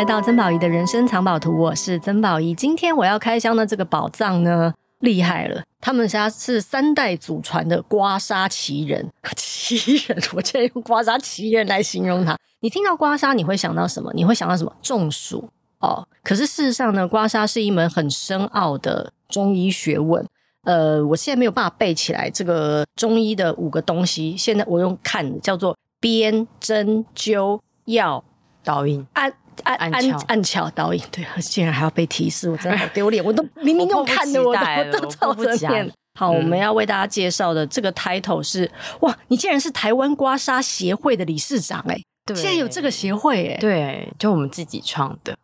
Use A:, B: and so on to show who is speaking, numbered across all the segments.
A: 来到曾宝仪的人生藏宝图，我是曾宝仪。今天我要开箱的这个宝藏呢，厉害了，他们家是3代祖传的刮痧奇人。奇人，我竟然用刮痧奇人来形容他。你听到刮痧你会想到什么？你会想到什么？中暑哦。可是事实上呢，刮痧是一门很深奥的中医学问。我现在没有办法背起来这个中医的5个东西，现在我用看的，叫做鞭、针、灸、药、
B: 导引、
A: 按桥导引。对，竟然还要被提示，我真的好丢脸。我都明明用看的，我都照着念。好，我们要为大家介绍的这个 title 是，哇，你竟然是台湾刮痧协会的理事长哎！对，现在有这个协会哎，
B: 对，就我们自己创的。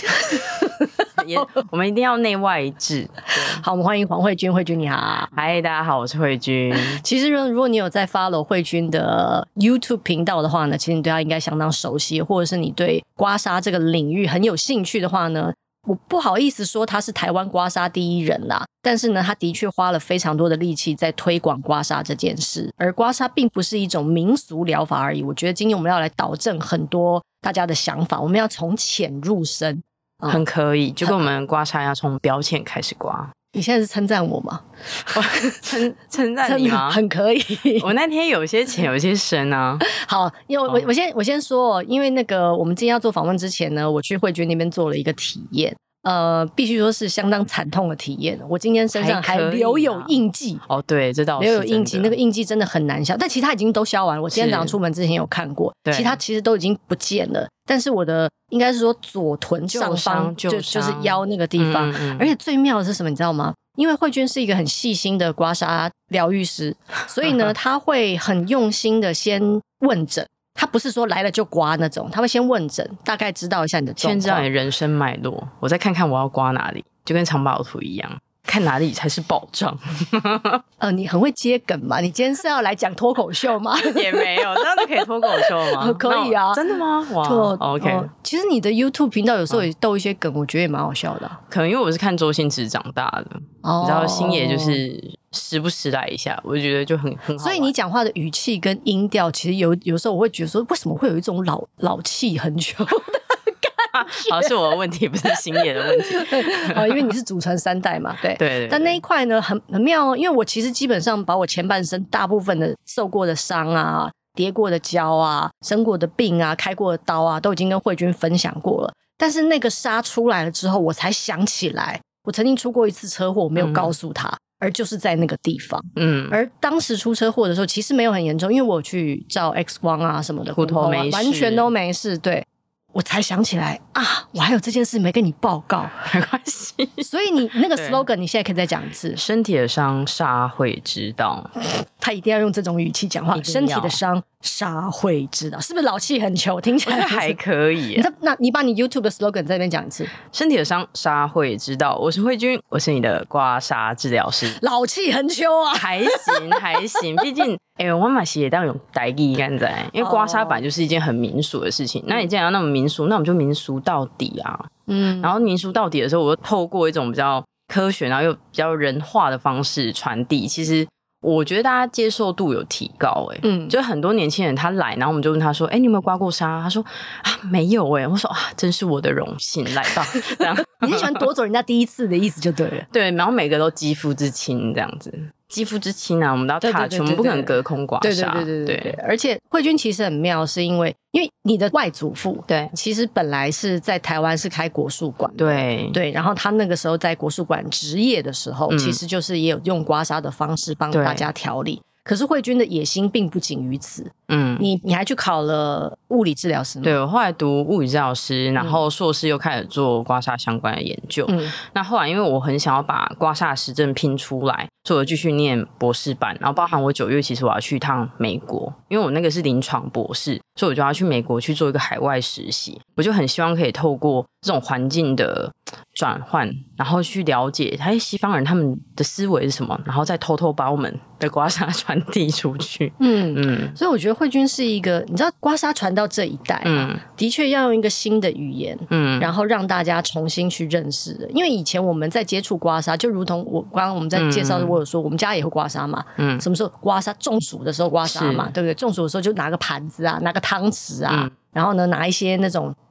B: 我们一定要内外一致。
A: 好，我们欢迎黄慧君。慧君你好。
B: 嗨，大家好，我是慧君。
A: 其实如果你有在 follow 慧君的 YouTube 频道的话呢，其实你对他应该相当熟悉，或者是你对刮痧这个领域很有兴趣的话呢，我不好意思说他是台湾刮痧第一人啦，但是呢，他的确花了非常多的力气在推广刮痧这件事。而刮痧并不是一种民俗疗法而已，我觉得今天我们要来导正很多大家的想法，我们要从浅入深。
B: 很可以，就跟我们刮痧要从表浅开始刮。
A: 你现在是称赞我吗？
B: 称赞你吗？
A: 很可以。
B: 我那天有些浅，有些深啊。
A: 好，因为我先说，因为那个我们今天要做访问之前呢，我去慧君那边做了一个体验。必须说是相当惨痛的体验。我今天身上还留有印记。
B: 哦，对，这倒是
A: 留有印记，那个印记真的很难消，但其他已经都消完了。我今天早上出门之前有看过，其他其实都已经不见了。但是我的应该是说左臀上方就是腰那个地方，而且最妙的是什么，你知道吗？因为慧君是一个很细心的刮痧疗愈师，所以呢，他会很用心的先问诊。他不是说来了就刮那种，他会先问诊，大概知道一下你的状况，
B: 先知道你人生脉络，我再看看我要刮哪里，就跟藏宝图一样，看哪里才是宝藏。
A: 你很会接梗嘛？你今天是要来讲脱口秀吗？
B: 也没有，这样就可以脱口秀吗？
A: 可以啊，
B: 真的吗？哇 ，OK。
A: 其实你的 YouTube 频道有时候也逗一些梗，我觉得也蛮好笑的。
B: 可能因为我是看周星驰长大的，你知道星爷就是时不时来一下，我就觉得就很好玩。
A: 所以你讲话的语气跟音调，其实有时候我会觉得说，为什么会有一种老气很久的感觉？
B: 好，是我的问题，不是星爷的问题。
A: 因为你是祖传3代嘛，对。
B: 对。
A: 但那一块呢，很妙哦，因为我其实基本上把我前半生大部分的受过的伤啊、跌过的跤啊、生过的病啊、开过的刀啊，都已经跟慧君分享过了。但是那个痧出来了之后，我才想起来，我曾经出过一次车祸，我没有告诉他。而就是在那个地方，而当时出车祸的时候，其实没有很严重，因为我去照 X 光啊什么的，
B: 骨头没事，
A: 完全都没事。对，我才想起来啊，我还有这件事没跟你报告，
B: 没关系。
A: 所以你那个 slogan， 你现在可以再讲一次：
B: 身体的伤，痧会知道。
A: 他一定要用这种语气讲话，身体的伤，痧会知道，是不是老气很球？听起来
B: 还可以。
A: 那你把你 YouTube 的 slogan 在那边讲一次：
B: 身体的伤，痧会知道。我是慧君，我是你的刮痧治疗师。
A: 老气很球啊，
B: 还行还行，毕竟我嘛是也当有台语干在，因为刮痧本来就是一件很民俗的事情。那你既然要那么民俗，那我们就民俗到底啊。然后民俗到底的时候，我就透过一种比较科学，然后又比较人化的方式传递。其实我觉得大家接受度有提高就很多年轻人他来，然后我们就问他说：“你有没有刮过痧？”他说：“没有我说：“真是我的荣幸，来吧。”这样
A: 你很喜欢夺走人家第一次的意思就对了。
B: 对，然后每个都肌肤之亲这样子。肌肤之亲啊，我们都要 touch， 我们不可能隔空刮痧。
A: 对。而且慧君其实很妙，是因为你的外祖父对，其实本来是在台湾是开国术馆，对，然后他那个时候在国术馆执业的时候，其实就是也有用刮痧的方式帮大家调理。可是慧君的野心并不仅于此，你还去考了物理治疗师吗？
B: 对，我后来读物理治疗师，然后硕士又开始做刮痧相关的研究。那后来因为我很想要把刮痧实证拼出来，所以我继续念博士班，然后包含我9月其实我要去一趟美国，因为我那个是临床博士，所以我就要去美国去做一个海外实习。我就很希望可以透过这种环境的转换，然后去了解西方人他们的思维是什么，然后再偷偷把我们的刮痧传递出去。
A: 所以我觉得慧君是一个，你知道刮痧传到这一代的确要用一个新的语言然后让大家重新去认识的。因为以前我们在接触刮痧，就如同刚刚我们在介绍的我有说我们家也会刮痧嘛，什么时候刮痧？中暑的时候刮痧嘛，对不对？中暑的时候就拿个盘子啊，拿个汤匙啊，然后呢拿一些那种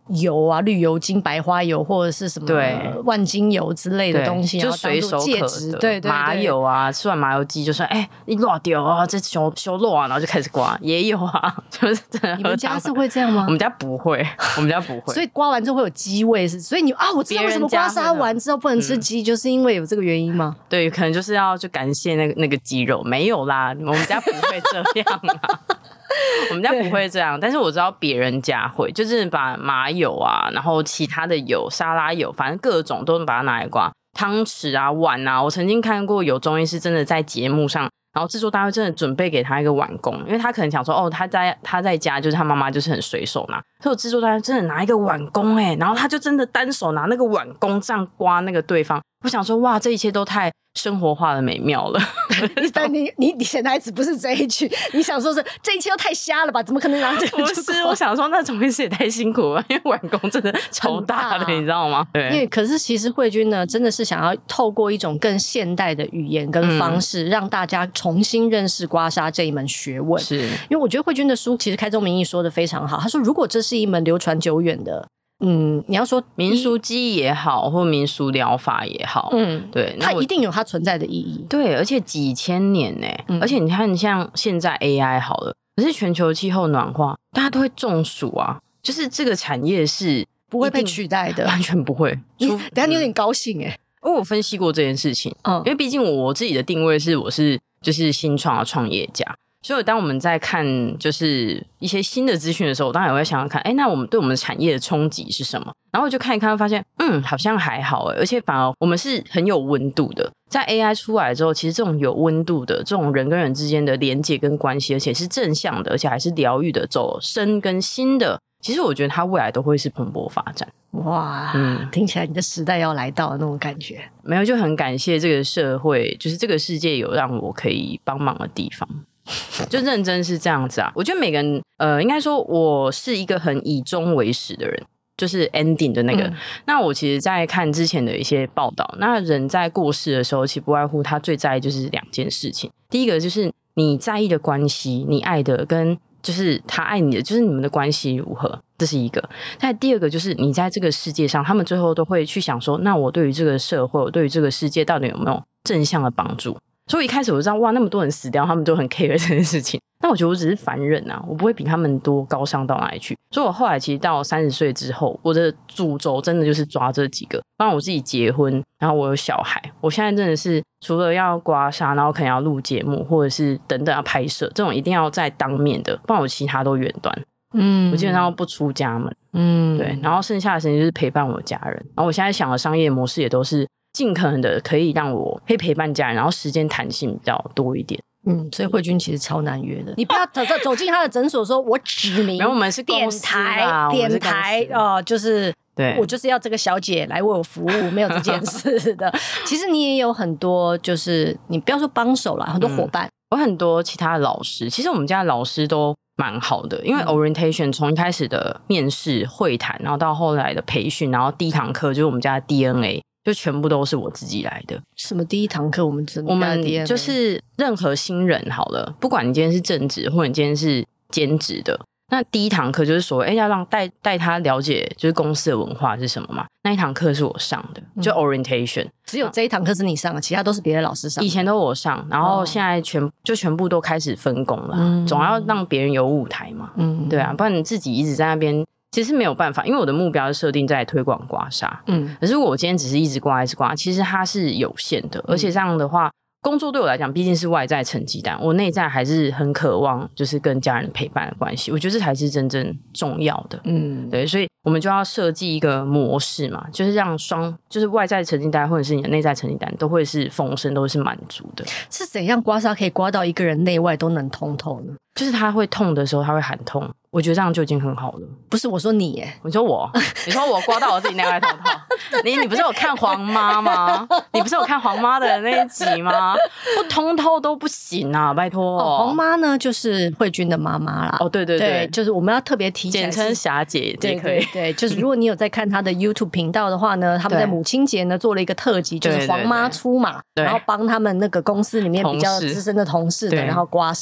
A: 油啊，绿油精、白花油或者是什么万金油之类的东西，
B: 就随手可得。
A: 对，
B: 麻油啊，吃完麻油鸡就说你乱掉啊，这修漏啊，然后就开始刮。也有啊，就是真的。
A: 你们家是会这样吗？
B: 我们家不会，我们家不会。
A: 所以刮完之后会有鸡味，所以你我知道为什么刮痧完之后不能吃鸡，就是因为有这个原因吗？
B: 对，可能就是要去感谢那个鸡肉。没有啦，我们家不会这样啦。我们家不会这样，但是我知道别人家会，就是把麻油啊，然后其他的油、沙拉油，反正各种都能把它拿来刮。汤匙啊、碗啊，我曾经看过有中医师真的在节目上，然后制作单位真的准备给他一个碗公，因为他可能想说他在家就是他妈妈就是很随手拿，所以制作单位真的拿一个碗公然后他就真的单手拿那个碗公这样刮那个对方。我想说哇，这一切都太生活化的美妙了。
A: 但你潜台词不是这一句，你想说是这一切都太瞎了吧？怎么可能拿这个？
B: 不是，我想说那中医师也太辛苦了，因为碗公真的超大的，你知道吗？对。
A: 因为可是其实慧君呢，真的是想要透过一种更现代的语言跟方式，让大家重新认识刮痧这一门学问。
B: 是
A: 因为我觉得慧君的书其实开宗明义说的非常好，他说如果这是一门流传久远的。你要说
B: 民俗技艺也好，或民俗疗法也好，对，
A: 它一定有它存在的意义。
B: 对，而且几千年而且你看，像现在 AI 好了，可是全球气候暖化，大家都会中暑啊，就是这个产业是
A: 不会被取代的，
B: 完全不会。
A: 等一下你有点高兴因
B: 为我分析过这件事情，因为毕竟我自己的定位是我是就是新创的创业家。所以当我们在看就是一些新的资讯的时候，我当然也会想想看那我们对我们产业的冲击是什么，然后我就看一看发现好像还好而且反而我们是很有温度的。在 AI 出来之后，其实这种有温度的这种人跟人之间的连结跟关系，而且是正向的，而且还是疗愈的，走深跟新的，其实我觉得它未来都会是蓬勃发展。
A: 哇，听起来你的时代要来到的那种感觉。
B: 没有，就很感谢这个社会，就是这个世界有让我可以帮忙的地方。就认真是这样子啊。我觉得每个人应该说我是一个很以终为始的人，就是 ending 的那个那我其实在看之前的一些报道，那人在过世的时候其实不外乎他最在意就是两件事情。第一个就是你在意的关系，你爱的跟就是他爱你的，就是你们的关系如何，这是一个。但第二个就是你在这个世界上，他们最后都会去想说，那我对于这个社会，我对于这个世界到底有没有正向的帮助。所以一开始我就知道哇，那么多人死掉，他们都很 care 这件事情。那我觉得我只是凡人啊，我不会比他们多高尚到哪里去。所以我后来其实到30岁之后，我的主轴真的就是抓这几个。包括我自己结婚，然后我有小孩，我现在真的是除了要刮痧，然后可能要录节目，或者是等等要拍摄，这种一定要在当面的，不然我其他都远端。我基本上不出家门。对，然后剩下的时间就是陪伴我家人。然后我现在想的商业模式也都是尽可能的可以让我可以陪伴家人，然后时间弹性比较多一点。
A: 所以慧君其实超难约的。你不要走进他的诊所说我指名，
B: 然后我们是公司
A: 点台就是对，我就是要这个小姐来为我服务，没有这件事的。其实你也有很多，就是你不要说帮手啦，很多伙伴，
B: 有很多其他的老师。其实我们家的老师都蛮好的，因为 orientation 从一开始的面试会谈，然后到后来的培训，然后第一堂课就是我们家的 DNA。就全部都是我自己来的。
A: 什么第一堂课我们
B: 就是任何新人好了，不管你今天是正职或者你今天是兼职的，那第一堂课就是说要让带他了解就是公司的文化是什么嘛。那一堂课是我上的，就 orientation。
A: 只有这一堂课是你上的，其他都是别的老师上的。
B: 以前都我上，然后现在全部都开始分工了。总要让别人有舞台嘛。对啊，不然你自己一直在那边其实没有办法，因为我的目标是设定在推广刮痧。可是我今天只是一直刮其实它是有限的。而且这样的话，工作对我来讲毕竟是外在成绩单，我内在还是很渴望就是跟家人陪伴的关系，我觉得这才是真正重要的。对，所以我们就要设计一个模式嘛，就是让就是外在成绩单或者是你的内在成绩单都会是丰盛，都是满足的。
A: 是怎样刮痧可以刮到一个人内外都能通透呢？
B: 就是他会痛的时候他会喊痛，我觉得这样就已经很好了。
A: 不是我说你耶，
B: 你说我刮到我自己内外通透。你不是有看黄妈吗？你不是有看黄妈的那一集吗？不通透都不行啊，拜托。
A: 黄妈呢就是慧君的妈妈啦。
B: 对，
A: 就是我们要特别提起来，
B: 简称霞姐也可以。
A: 对，就是如果你有在看她的 YouTube 频道的话呢，他们在母亲节呢做了一个特辑，就是黄妈出马，然后帮他们那个公司里面比较资深的同事的，然后刮痧。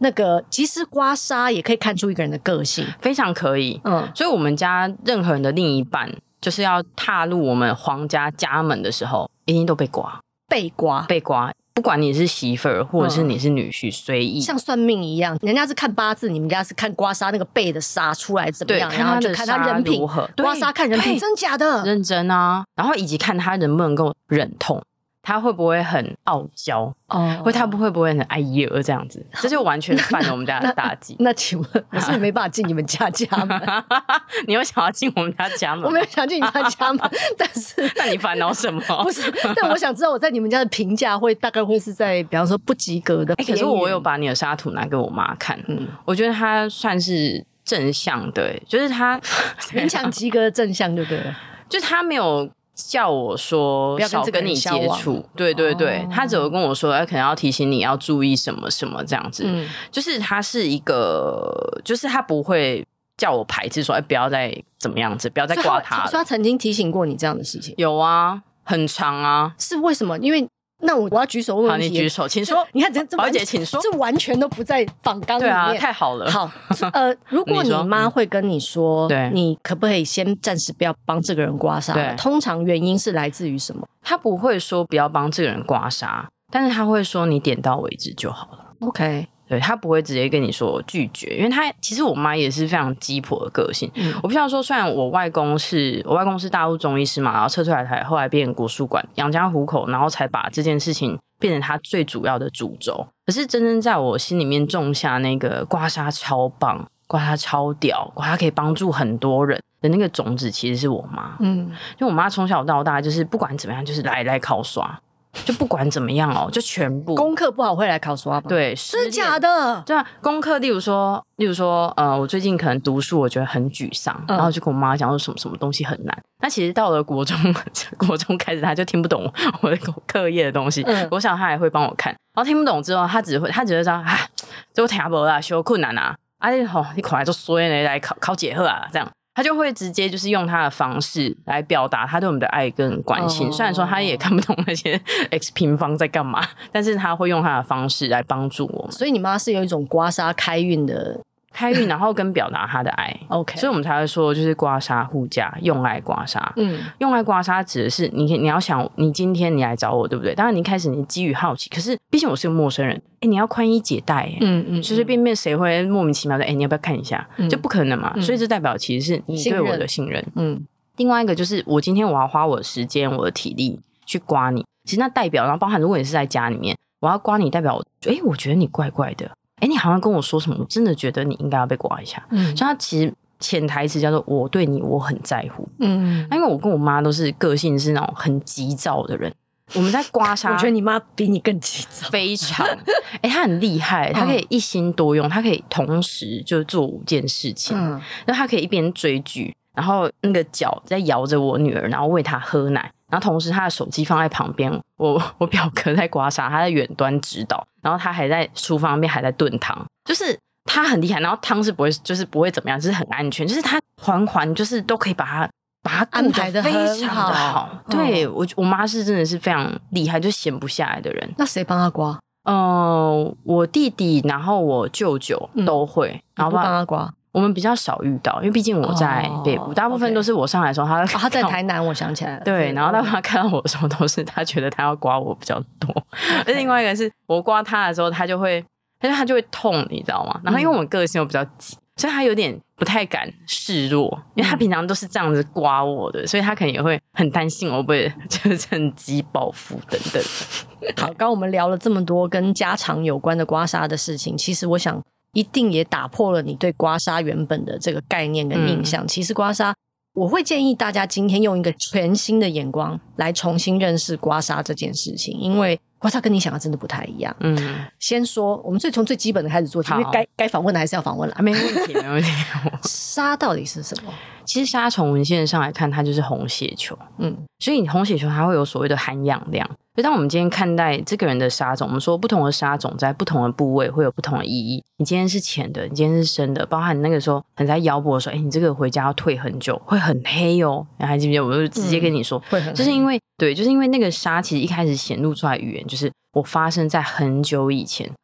A: 那个其实刮痧也可以看出一个人的个性，
B: 非常可以。所以我们家任何人的另一半就是要踏入我们皇家家门的时候，一定都被刮，被刮。不管你是媳妇儿或者是你是女婿，随意，
A: 像算命一样，人家是看八字，你们家是看刮痧那个背的痧出来怎么样，然后就看他人品如何。刮痧看人品，真假的？
B: 认真啊！然后以及看他能不能够忍痛。他会不会很傲娇？他会不会很哎呦这样子？这就完全犯了我们家的大忌。
A: 那请问，我是没办法进你们家门。
B: 你有想要进我们家门？
A: 我没有想进你们家门，但是
B: 那你烦恼什么？
A: 不是，但我想知道我在你们家的评价大概会是在，比方说不及格的。
B: 可是我有把你的沙图拿给我妈看，我觉得他算是正向的，就是他
A: 勉强及格的正向，对不对？
B: 就是他没有叫我说少跟你接触，对对对，他只有跟我说可能要提醒你要注意什么什么这样子，就是他是一个，就是他不会叫我排斥说不要再怎么样子，不要再刮他了。
A: 所以他曾经提醒过你这样的事情？
B: 有啊，很长啊。
A: 是为什么？因为那我要举手问问题。
B: 好，你举手，请说。
A: 你看，
B: 宝姐，请说。
A: 这完全都不在访纲里面。
B: 对啊，太好了。
A: 好，如果你妈会跟你说，你可不可以先暂时不要帮这个人刮痧？通常原因是来自于什么？
B: 她不会说不要帮这个人刮痧，但是她会说你点到为止就好了。
A: OK。
B: 对，他不会直接跟你说拒绝，因为其实我妈也是非常鸡婆的个性。我必须要说，虽然我外公是大陆中医师嘛，然后撤退来台，后来变国术馆养家糊口，然后才把这件事情变成他最主要的主轴。可是真正在我心里面种下那个刮痧超棒、刮痧超屌、刮痧可以帮助很多人的那个种子，其实是我妈。因为我妈从小到大就是不管怎么样，就是来考刷。就不管怎么样就全部
A: 功课不好会来考刷吗？
B: 对，
A: 是假的。
B: 对啊，功课例如说我最近可能读书我觉得很沮丧，然后就跟我妈讲说什么东西很难。那其实到了国中开始他就听不懂我的课业的东西，我想他也会帮我看，然后听不懂之后他只会知道这我听不懂啦，修困难啊你看来就衰呢，来考解贺啊这样。他就会直接就是用他的方式来表达他对我们的爱跟关心，虽然说他也看不懂那些 x 平方在干嘛，但是他会用他的方式来帮助我们。
A: 所以你妈是有一种刮痧开运，
B: 然后跟表达他的爱
A: OK，
B: 所以我们才会说就是刮痧护驾，用爱刮痧。用爱刮痧指的是你要想，你今天你来找我对不对？当然你一开始你基于好奇，可是毕竟我是个陌生人，你要宽衣解带随随便便谁会莫名其妙的你要不要看一下，就不可能嘛。所以这代表其实是你对我的信任。另外一个就是我今天我要花我的时间我的体力去刮你，其实那代表，然后包含如果你是在家里面我要刮你，代表我觉得你怪怪的，你好像跟我说什么，我真的觉得你应该要被刮一下。所以他其实潜台词叫做我对你我很在乎。因为我跟我妈都是个性是那种很急躁的人，我们在刮痧
A: 我觉得你妈比你更急躁，
B: 非常她很厉害，她可以一心多用，她可以同时就做5件事情。那她可以一边追剧，然后那个脚在摇着我女儿，然后喂她喝奶，然后同时他的手机放在旁边，我表哥在刮痧，他在远端指导，然后他还在厨房那边还在炖汤，就是他很厉害，然后汤是不会怎么样，就是很安全，就是他环就是都可以把它
A: 安排的
B: 非常的好。对，我妈是真的是非常厉害，就闲不下来的人。
A: 那谁帮他刮？
B: 我弟弟，然后我舅舅都会，然后
A: 不帮他刮。
B: 我们比较少遇到，因为毕竟我在北部，大部分都是我上来的时候，
A: 他在台南，我想起来了。
B: 对，然后他看到我的时候，都是他觉得他要刮我比较多。另外一个是我刮他的时候，他就会痛，你知道吗？然后因为我们个性又比较急，所以他有点不太敢示弱，因为他平常都是这样子刮我的，所以他可能也会很担心我会不会就是趁机报复等等。
A: 好，刚刚我们聊了这么多跟家常有关的刮痧的事情，其实我想一定也打破了你对刮痧原本的这个概念跟印象。其实刮痧，我会建议大家今天用一个全新的眼光来重新认识刮痧这件事情，因为刮痧跟你想的真的不太一样。先说我们从最基本的开始做起，因为该访问的还是要访问了。
B: 没问题没问题。
A: 痧到底是什么？
B: 其实痧从文献上来看，它就是红血球。所以你红血球它会有所谓的含氧量。所以当我们今天看待这个人的痧种，我们说不同的痧种在不同的部位会有不同的意义。你今天是浅的，你今天是深的，包含你那个时候你在腰部的时候，你这个回家要退很久，会很黑哦。你还记不记得？我就直接跟你说，
A: 会很黑，
B: 就是因为那个痧其实一开始显露出来的语言就是我发生在很久以前，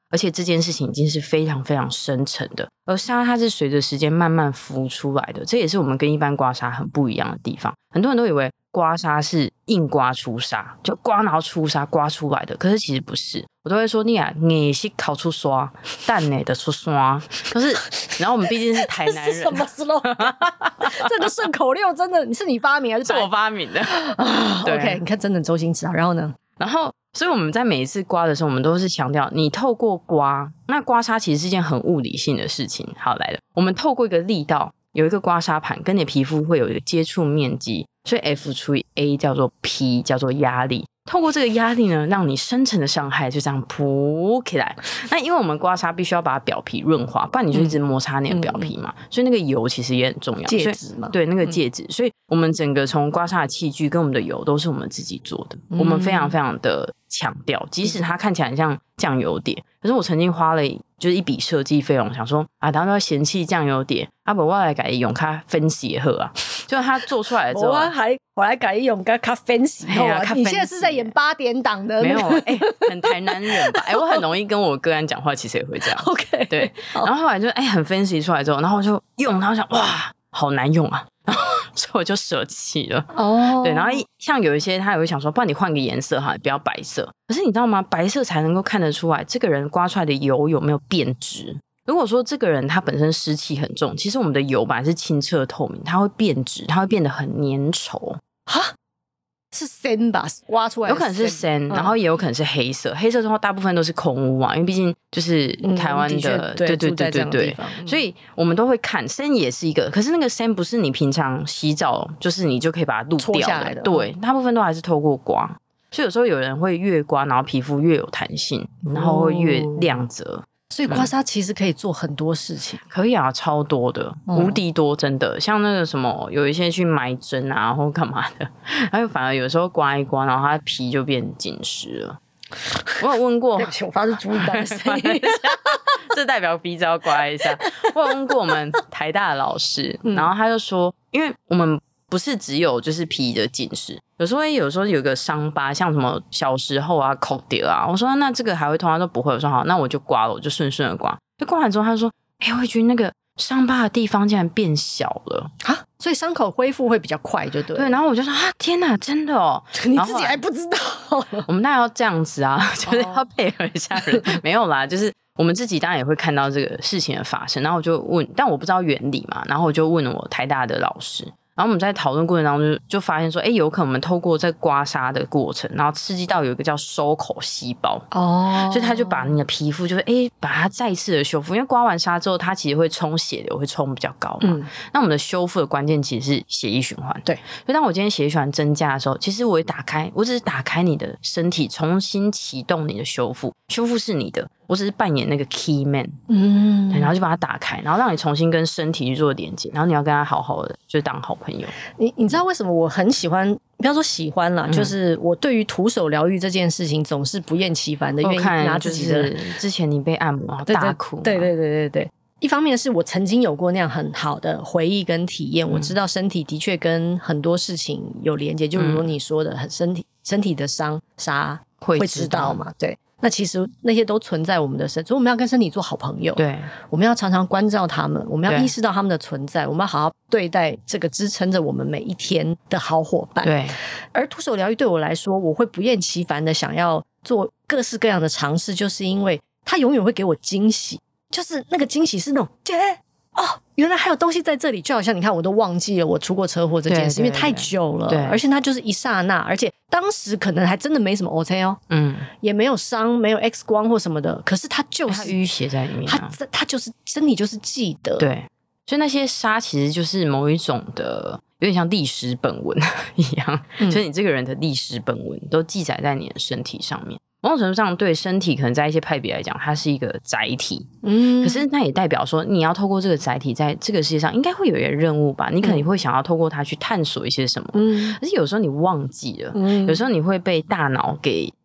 B: 而且这件事情已经是非常非常深沉的，而沙它是随着时间慢慢浮出来的，这也是我们跟一般刮痧很不一样的地方。很多人都以为刮痧是硬刮出沙，就刮然后出沙刮出来的，可是其实不是。我都会说你啊，你是烤出刷，蛋呢的出刷。可是，然后我们毕竟是台南人，
A: 这是什么 slogan？ 这个顺口溜真的是你发明还是
B: 我发明的
A: ？OK， 你看真的周星驰啊。然后呢？
B: 然后，所以我们在每一次刮的时候，我们都是强调，你透过刮，那刮痧其实是一件很物理性的事情。好，来了，我们透过一个力道，有一个刮痧盘，跟你的皮肤会有一个接触面积，所以 F 除以 A 叫做 P， 叫做压力。透过这个压力呢，让你深层的伤害就这样扑起来。那因为我们刮痧必须要把表皮润滑，不然你就一直摩擦你的表皮嘛，所以那个油其实也很重要。
A: 介质嘛，
B: 对，那个介质。所以我们整个从刮痧的器具跟我们的油都是我们自己做的，我们非常非常的强调，即使它看起来很像酱油碟，可是我曾经花了就是一笔设计费用，想说啊，大家都要嫌弃酱油碟，不我来改用它分析喝啊，就它做出来之后，
A: 我来改用它 fancy 啊！你现在是在演8点档的？
B: 没有，很台南人吧？我很容易跟我个案讲话，其实也会这样。
A: OK，
B: 对。然后后来就很 fancy 出来之后，然后我就用，然后想哇，好难用啊，然后所以我就舍弃了。哦，对。然后像有一些他也会想说，不然你换个颜色哈，不要白色。可是你知道吗？白色才能够看得出来这个人刮出来的油有没有变质。如果说这个人他本身湿气很重，其实我们的油本来是清澈透明，它会变质，它会变得很粘稠。
A: 哈，是深吧？刮出来
B: 有可能是深，然后也有可能是黑色。黑色的话，大部分都是空污嘛，因为毕竟就是台湾的，对，所以我们都会看深也是一个。可是那个深不是你平常洗澡就是你就可以把它撸掉的，对，大部分都还是透过刮。所以有时候有人会越刮，然后皮肤越有弹性，然后会越亮泽。
A: 所以刮痧其实可以做很多事情，
B: 可以啊，超多的，无敌多，真的。像那个什么，有一些去埋针啊，或干嘛的，然后反而有时候刮一刮，然后它皮就变紧实了。我有问过，
A: 对不起，我发出猪一般的声音，
B: 这代表鼻子要刮一下。我有问过我们台大的老师，然后他就说，因为我们不是只有就是皮的紧实，有时候有个伤疤，像什么小时候啊口掉啊，我说那这个还会痛，他说不会，我说好，那我就刮了，我就顺顺的刮。就刮完之后，他就说，我觉得那个伤疤的地方竟然变小了
A: 啊，所以伤口恢复会比较快，就对。
B: 对，然后我就说啊，天哪，真的哦，
A: 你自己还不知道，
B: 我们当然要这样子啊，就是要配合一下人，没有啦，就是。我们自己当然也会看到这个事情的发生，然后我就问，但我不知道原理嘛，然后我就问我台大的老师，然后我们在讨论过程当中就发现说，有可能我们透过在刮痧的过程，然后刺激到有一个叫收口细胞哦，所以他就把你的皮肤就是把它再次的修复，因为刮完痧之后，它其实会冲血流，会冲比较高嘛。那我们的修复的关键其实是血液循环，对。所以当我今天血液循环增加的时候，其实我只是打开你的身体，重新启动你的修复，修复是你的。我只是扮演那个 key man， 对，然后就把它打开，然后让你重新跟身体去做连接，然后你要跟他好好的，就当好朋友。
A: 你知道为什么我很喜欢？不要说喜欢啦，就是我对于徒手疗愈这件事情总是不厌其烦的，愿意拿自己的。
B: 之前你被按摩大哭，
A: 对。一方面是我曾经有过那样很好的回忆跟体验，我知道身体的确跟很多事情有连接，就如你说的，身体的伤杀会知道嘛，对。那其实那些都存在我们的身，所以我们要跟身体做好朋友。对，我们要常常关照他们，我们要意识到他们的存在，我们要好好对待这个支撑着我们每一天的好伙伴。对，而徒手疗愈对我来说，我会不厌其烦的想要做各式各样的尝试，就是因为它永远会给我惊喜，就是那个惊喜是那种原来还有东西在这里，就好像你看我都忘记了我出过车祸这件事，因为太久了，而且它就是一刹那，而且当时可能还真的没什么 OK 也没有伤，没有 X 光或什么的，可是它就是
B: 淤血在里面，
A: 它就是身体就是记得，
B: 对，所以那些痧其实就是某一种的，有点像历史本文一样，所以你这个人的历史本文都记载在你的身体上面。某种程度上，对身体可能在一些派别来讲，它是一个载体。可是那也代表说，你要透过这个载体，在这个世界上应该会有一个任务吧？你可能会想要透过它去探索一些什么。可是有时候你忘记了，有时候你会被大脑给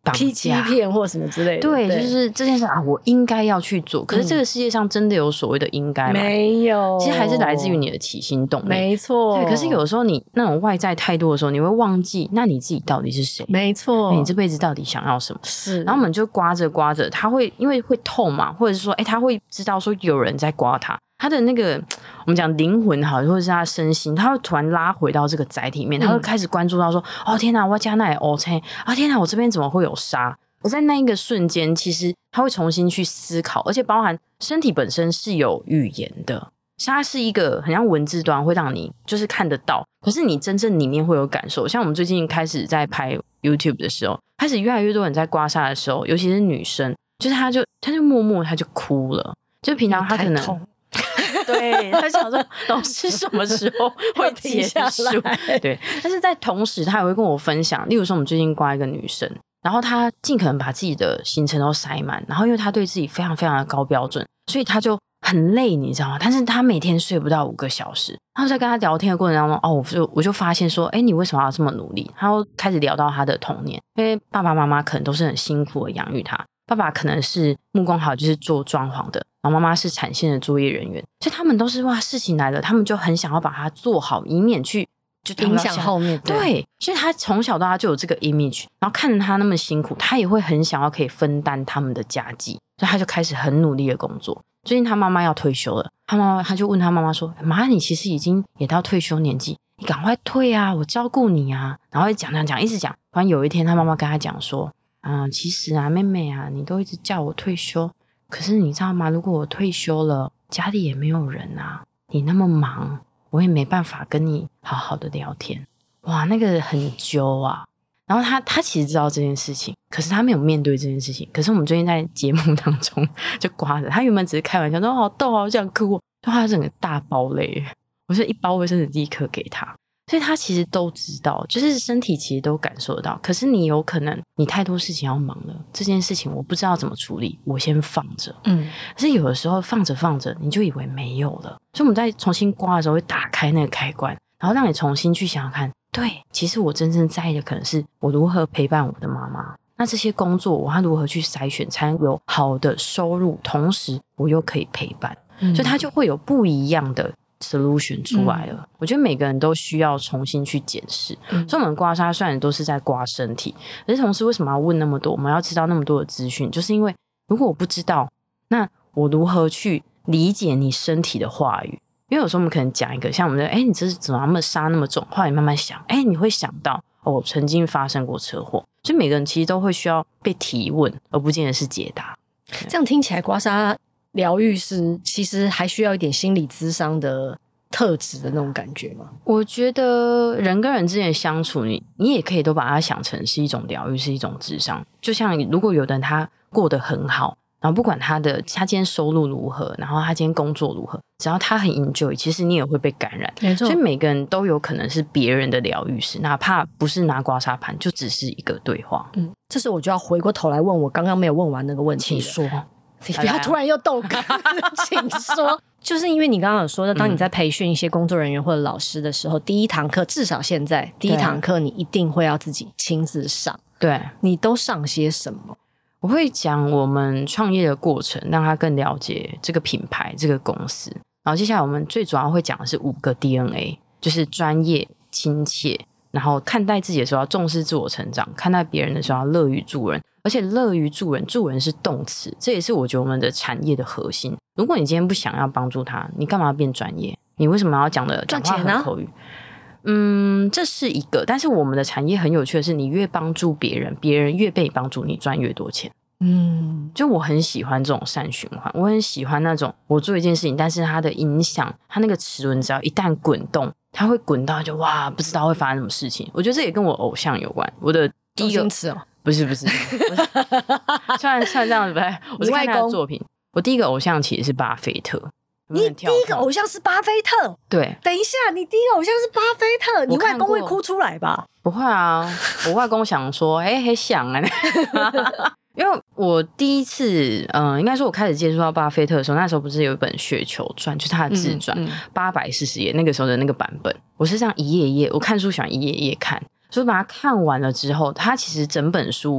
A: 欺骗或什么之类的。
B: 对，就是这件事啊，我应该要去做。可是这个世界上真的有所谓的应该吗？
A: 没有，
B: 其实还是来自于你的起心动念。
A: 没错。
B: 对，可是有的时候你那种外在太多的时候，你会忘记，那你自己到底是谁？
A: 没错，
B: 你这辈子到底想要什么？
A: 是。
B: 然后我们就刮着刮着，他会因为会痛嘛，或者是说，他会知道说有人在刮他的那个我们讲灵魂好，或者是他的身心，他会突然拉回到这个载体面，他会开始关注到说，哦天哪，我家那里OK啊，天哪，我这边怎么会有沙？而在那一个瞬间，其实他会重新去思考，而且包含身体本身是有语言的，它是一个很像文字端会让你就是看得到，可是你真正里面会有感受。像我们最近开始在拍 YouTube 的时候，开始越来越多人在刮痧的时候，尤其是女生，就是她就默默她就哭了，就平常她可能对，他想说老师什么时候会结束？对，但是在同时，他也会跟我分享，例如说我们最近刮一个女生，然后她尽可能把自己的行程都塞满，然后因为她对自己非常非常的高标准，所以她就很累，你知道吗？但是她每天睡不到5个小时。然后在跟她聊天的过程当中，我就发现说，你为什么要这么努力？她又开始聊到她的童年，因为爸爸妈妈可能都是很辛苦的养育她。爸爸可能是木工好，就是做装潢的，然后妈妈是产线的作业人员，所以他们都是哇，事情来了，他们就很想要把它做好，以免去就
A: 影响后面。
B: 对，所以他从小到大就有这个 image， 然后看着他那么辛苦，他也会很想要可以分担他们的家计，所以他就开始很努力的工作。最近他妈妈要退休了，他就问他妈妈说：“妈，你其实已经也到退休年纪，你赶快退啊，我照顾你啊。”然后讲，一直讲。反正有一天，他妈妈跟他讲说。其实啊，妹妹啊，你都一直叫我退休，可是你知道吗？如果我退休了，家里也没有人啊，你那么忙，我也没办法跟你好好的聊天。哇，那个很揪啊。然后他其实知道这件事情，可是他没有面对这件事情。可是我们最近在节目当中就刮着，他原本只是开玩笑说好逗好想哭，就他整个大爆泪，我是一包卫生纸立刻给他。所以他其实都知道，就是身体其实都感受得到，可是你有可能你太多事情要忙了，这件事情我不知道怎么处理，我先放着。可是有的时候放着放着你就以为没有了，所以我们在重新刮的时候会打开那个开关，然后让你重新去想想看，对，其实我真正在意的可能是我如何陪伴我的妈妈，那这些工作我要如何去筛选才能有好的收入，同时我又可以陪伴，所以它就会有不一样的solution 出来了。我觉得每个人都需要重新去检视。所以我们刮痧虽然都是在刮身体，可是同时为什么要问那么多，我们要知道那么多的资讯，就是因为如果我不知道，那我如何去理解你身体的话语？因为有时候我们可能讲一个像我们的你这是怎么那么痧那么重，后来你慢慢想你会想到我曾经发生过车祸。所以每个人其实都会需要被提问，而不见得是解答。
A: 这样听起来刮痧疗愈师其实还需要一点心理咨商的特质的那种感觉吗？
B: 我觉得人跟人之间的相处，你也可以都把它想成是一种疗愈，是一种咨商。就像如果有的人他过得很好，然后不管他今天收入如何，然后他今天工作如何，只要他很 enjoy， 其实你也会被感染。
A: 没错，
B: 所以每个人都有可能是别人的疗愈师，哪怕不是拿刮痧盘，就只是一个对话。
A: 这时我就要回过头来问我刚刚没有问完那个问题。
B: 请说。
A: 你不要突然又逗哏请说。就是因为你刚刚有说的，当你在培训一些工作人员或者老师的时候，第一堂课至少现在第一堂课你一定会要自己亲自上。
B: 对，
A: 你都上些什么？
B: 我会讲我们创业的过程，让他更了解这个品牌这个公司。然后接下来我们最主要会讲的是5个 DNA， 就是专业、亲切，然后看待自己的时候要重视自我成长，看待别人的时候要乐于助人，而且乐于助人，助人是动词，这也是我觉得我们的产业的核心。如果你今天不想要帮助他，你干嘛要变专业？你为什么要讲话很口语？这是一个，但是我们的产业很有趣的是，你越帮助别人，别人越被帮助，你赚越多钱。就我很喜欢这种善循环，我很喜欢那种我做一件事情，但是它的影响，它那个齿轮只要一旦滚动，它会滚到就哇，不知道会发生什么事情。我觉得这也跟我偶像有关。我的第一个不是，虽然这样子不太，我是看他的作品。我第一个偶像其实是巴菲特。
A: 你第一个偶像是巴菲特？
B: 对。
A: 等一下，你第一个偶像是巴菲特，你外公会哭出来吧？
B: 不会啊，我外公想说，很想啊。因为我第一次，应该说我开始接触到巴菲特的时候，那时候不是有一本《雪球传》，就是他的自传，840页，那个时候的那个版本，我是这样一页一页，我看书喜欢一页一页看，所以把它看完了之后，他其实整本书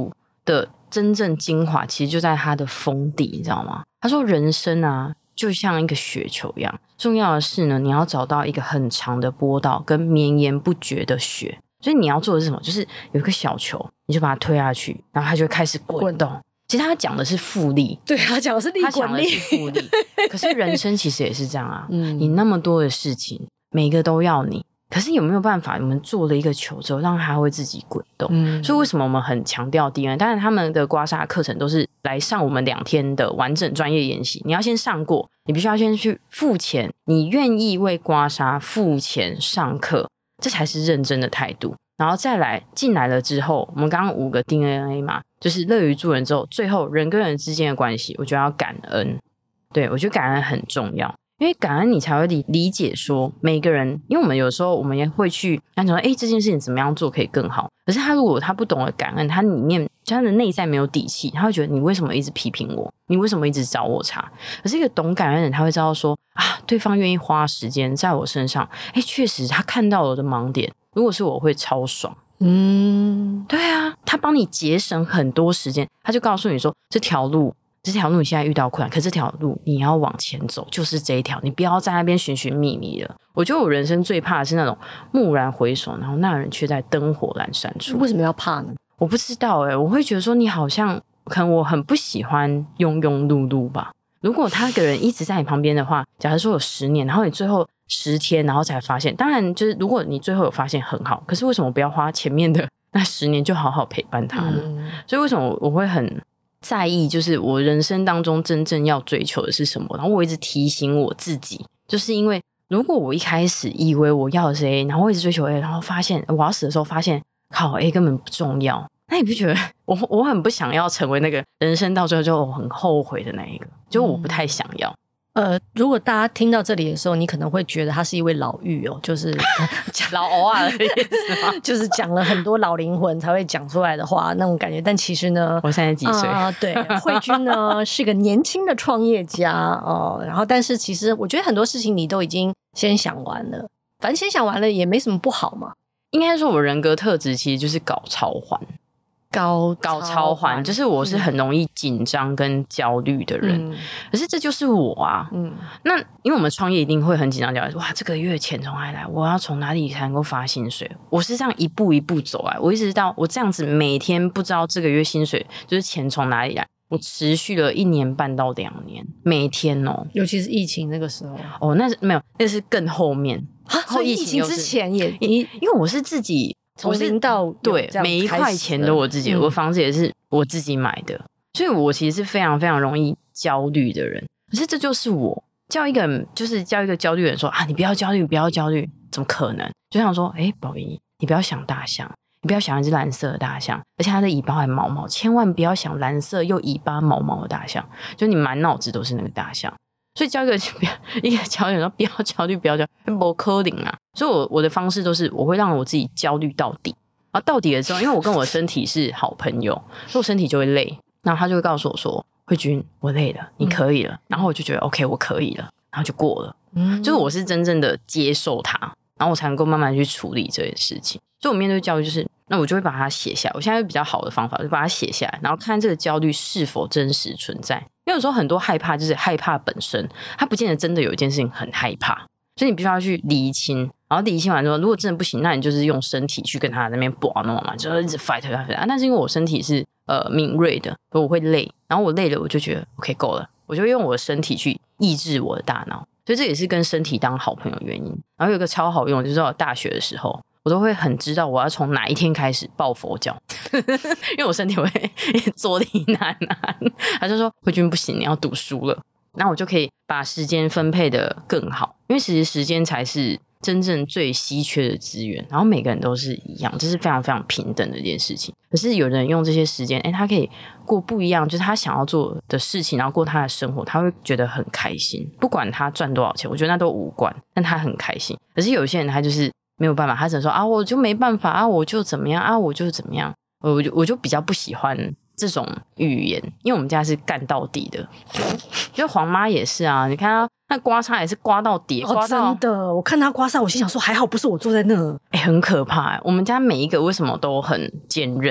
B: 的真正精华其实就在它的封底，你知道吗？他说人生啊就像一个雪球一样，重要的是呢，你要找到一个很长的坡道跟绵延不绝的雪。所以你要做的是什么？就是有一个小球，你就把它推下去，然后它就会开始滚动。其实他讲的是复利，
A: 对，他讲的是利滚利，
B: 他讲的是复利。可是人生其实也是这样啊，你那么多的事情，每个都要你，可是有没有办法，我们做了一个球之后，让它会自己滚动？所以为什么我们很强调 DNA？ 当然他们的刮痧课程都是来上我们2天的完整专业研习，你要先上过，你必须要先去付钱，你愿意为刮痧付钱上课，这才是认真的态度。然后再来进来了之后，我们刚刚5个 DNA 嘛，就是乐于助人之后，最后人跟人之间的关系，我觉得要感恩。对，我觉得感恩很重要，因为感恩你才会理解说每个人，因为我们有时候我们也会去讲说，这件事情怎么样做可以更好。可是他如果他不懂得感恩，他里面他的内在没有底气，他会觉得你为什么一直批评我，你为什么一直找我茬。可是一个懂感恩的人，他会知道说对方愿意花时间在我身上，确实他看到我的盲点，如果是我会超爽。对啊，他帮你节省很多时间，他就告诉你说这条路你现在遇到困难，可这条路你要往前走，就是这一条，你不要在那边寻寻觅觅了。我觉得我人生最怕的是那种蓦然回首，然后那人却在灯火阑珊处。
A: 为什么要怕呢？
B: 我不知道我会觉得说你好像可能我很不喜欢庸庸碌碌吧。如果他个人一直在你旁边的话，假如说有10年，然后你最后10天然后才发现，当然就是如果你最后有发现很好，可是为什么不要花前面的那10年就好好陪伴他呢？所以为什么我会很在意，就是我人生当中真正要追求的是什么，然后我一直提醒我自己，就是因为如果我一开始以为我要的是 A， 然后我一直追求 A， 然后发现我要死的时候发现靠 A 根本不重要，那你不觉得我很不想要成为那个人生到最后就我很后悔的那一个，就我不太想要。
A: 如果大家听到这里的时候，你可能会觉得他是一位老妪就是
B: 老偶尔的意思吗？
A: 就是讲了很多老灵魂才会讲出来的话那种感觉。但其实呢，
B: 我现在几岁？
A: 对，慧君呢是个年轻的创业家然后但是其实我觉得很多事情你都已经先想完了，反正先想完了也没什么不好嘛。
B: 应该说我人格特质其实就是搞超环。搞超环就是我是很容易紧张跟焦虑的人，可是这就是我啊。那因为我们创业一定会很紧张焦虑，哇，这个月钱从哪里来，我要从哪里才能够发薪水，我是这样一步一步走来，我一直到我这样子每天不知道这个月薪水就是钱从哪里来，我持续了1年半到2年，每天
A: 尤其是疫情那个时候
B: 那是没有，那是更后面
A: 所以疫情之前也
B: 因为我是自己
A: 从0到
B: 对每一块钱都我自己我房子也是我自己买的，所以我其实是非常非常容易焦虑的人。可是这就是我叫一个焦虑的人说你不要焦虑不要焦虑，怎么可能？就像说宝仪你不要想大象，你不要想一只蓝色的大象，而且它的尾巴还毛毛，千万不要想蓝色又尾巴毛毛的大象，就你满脑子都是那个大象。所以教一个教人说不要焦虑不要焦虑没可能啊。所以我的方式都是我会让我自己焦虑到底，然后到底了之后，因为我跟我身体是好朋友，所以我身体就会累，然后他就会告诉我说慧君我累了你可以了，然后我就觉得 OK 我可以了，然后就过了。就是我是真正的接受它，然后我才能够慢慢去处理这件事情。所以我面对焦虑就是那我就会把它写下来，我现在比较好的方法就把它写下来，然后看这个焦虑是否真实存在。因为有时候很多害怕就是害怕本身，它不见得真的有一件事情很害怕，所以你必须要去厘清，然后厘清完之后如果真的不行，那你就是用身体去跟他那边搏弄嘛，就是一直 fight。 但是因为我身体是敏锐的，所以我会累，然后我累了我就觉得 OK 够了，我就会用我的身体去抑制我的大脑，所以这也是跟身体当好朋友的原因。然后有一个超好用就是我大学的时候我都会很知道我要从哪一天开始抱佛脚因为我身体会坐立难安，他就说慧君不行你要读书了，那我就可以把时间分配的更好，因为其实时间才是真正最稀缺的资源，然后每个人都是一样，这是非常非常平等的一件事情。可是有人用这些时间他可以过不一样，就是他想要做的事情，然后过他的生活，他会觉得很开心，不管他赚多少钱我觉得那都无关，但他很开心。可是有些人他就是没有办法，他只能说我就没办法我就怎么样我就怎么样，我就比较不喜欢这种语言，因为我们家是干到底的就黄妈也是啊，你看她那刮痧也是刮到底刮到
A: 真的，我看她刮痧我心想说还好不是我坐在那
B: 很可怕我们家每一个为什么都很坚韧，